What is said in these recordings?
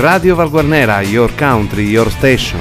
Radio Valguarnera, your country, your station.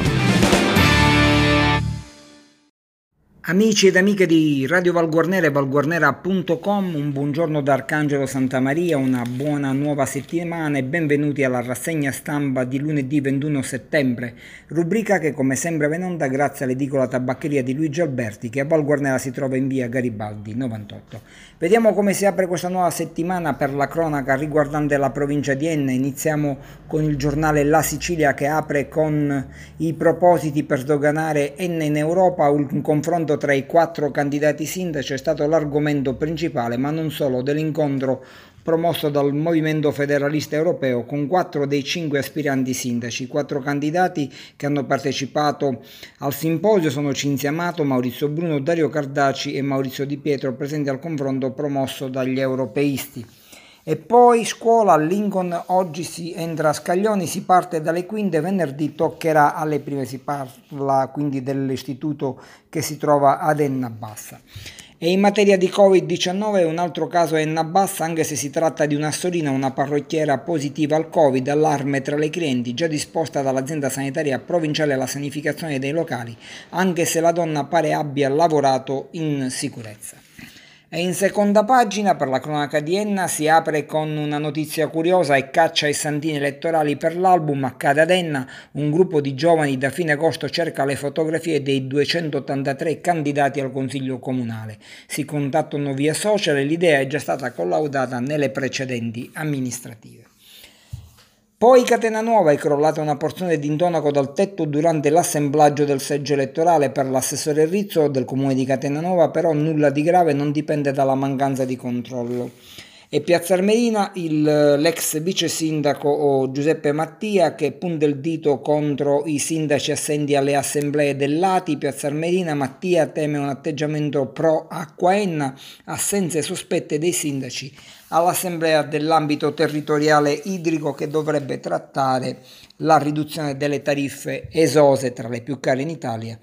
Amici ed amiche di Radio Valguarnera e valguarnera.com, un buongiorno da Arcangelo Santamaria, una buona nuova settimana e benvenuti alla rassegna stampa di lunedì 21 settembre, rubrica che come sempre va in onda grazie all'edicola tabaccheria di Luigi Alberti che a Valguarnera si trova in via Garibaldi 98. Vediamo come si apre questa nuova settimana per la cronaca riguardante la provincia di Enna. Iniziamo con il giornale La Sicilia che apre con i propositi per sdoganare Enna in Europa. Un confronto tra i 4 candidati sindaci è stato l'argomento principale, ma non solo, dell'incontro promosso dal Movimento Federalista Europeo con 4 dei 5 aspiranti sindaci. 4 candidati che hanno partecipato al simposio sono Cinzia Amato, Maurizio Bruno, Dario Cardaci e Maurizio Di Pietro, presenti al confronto promosso dagli europeisti. E poi scuola, Lincoln, oggi si entra a Scaglioni, si parte dalle quinte, venerdì toccherà alle prime, si parla quindi dell'istituto che si trova ad Enna Bassa. E in materia di Covid-19 un altro caso è Enna Bassa, anche se si tratta di una sorina, una parrucchiera positiva al Covid, allarme tra le clienti, già disposta dall'azienda sanitaria provinciale la sanificazione dei locali, anche se la donna pare abbia lavorato in sicurezza. E in seconda pagina per la cronaca di Enna si apre con una notizia curiosa e caccia ai santini elettorali per l'album. Accade ad Enna, un gruppo di giovani da fine agosto cerca le fotografie dei 283 candidati al consiglio comunale. Si contattano via social e l'idea è già stata collaudata nelle precedenti amministrative. Poi Catena Nuova, è crollata una porzione di intonaco dal tetto durante l'assemblaggio del seggio elettorale per l'assessore Rizzo del comune di Catena Nuova, però nulla di grave, non dipende dalla mancanza di controllo. E Piazza Armerina, l'ex vice sindaco Giuseppe Mattia che punta il dito contro i sindaci assenti alle assemblee dell'ATI. Piazza Armerina, Mattia teme un atteggiamento pro Acqua Enna, assenze sospette dei sindaci all'assemblea dell'ambito territoriale idrico che dovrebbe trattare la riduzione delle tariffe esose, tra le più care in Italia,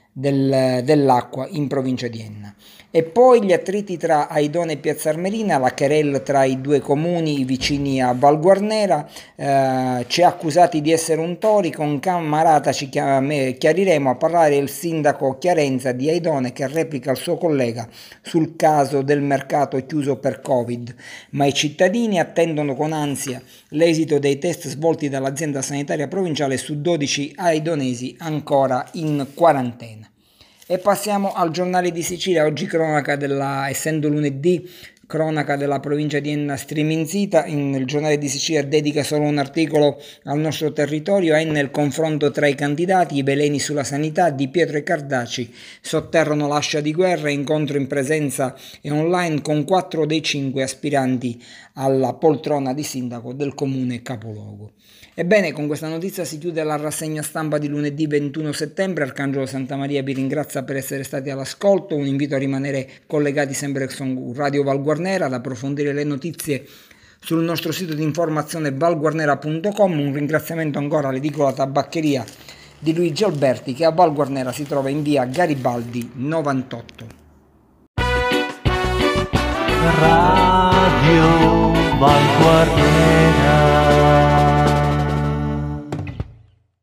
dell'acqua in provincia di Enna. E poi gli attriti tra Aidone e Piazza Armerina, la querela tra i due comuni vicini a Valguarnera, ci ha accusati di essere untori, con Cammarata ci chiariremo, a parlare il sindaco Chiarenza di Aidone che replica il suo collega sul caso del mercato chiuso per Covid, ma i cittadini attendono con ansia l'esito dei test svolti dall'azienda sanitaria provinciale su 12 aidonesi ancora in quarantena. E passiamo al giornale di Sicilia, oggi cronaca essendo lunedì, cronaca della provincia di Enna striminzita. Il giornale di Sicilia dedica solo un articolo al nostro territorio. Enna il confronto tra i candidati, i veleni sulla sanità, Di Pietro e Cardaci sotterrano l'ascia di guerra, incontro in presenza e online con 4 dei 5 aspiranti alla poltrona di sindaco del comune capoluogo. Ebbene, con questa notizia si chiude la rassegna stampa di lunedì 21 settembre. Arcangelo Santamaria vi ringrazia per essere stati all'ascolto, un invito a rimanere collegati sempre con Radio Valguarnera, ad approfondire le notizie sul nostro sito di informazione valguarnera.com, un ringraziamento ancora all'edicola tabaccheria di Luigi Alberti che a Valguarnera si trova in via Garibaldi 98. Radio Valguarnera.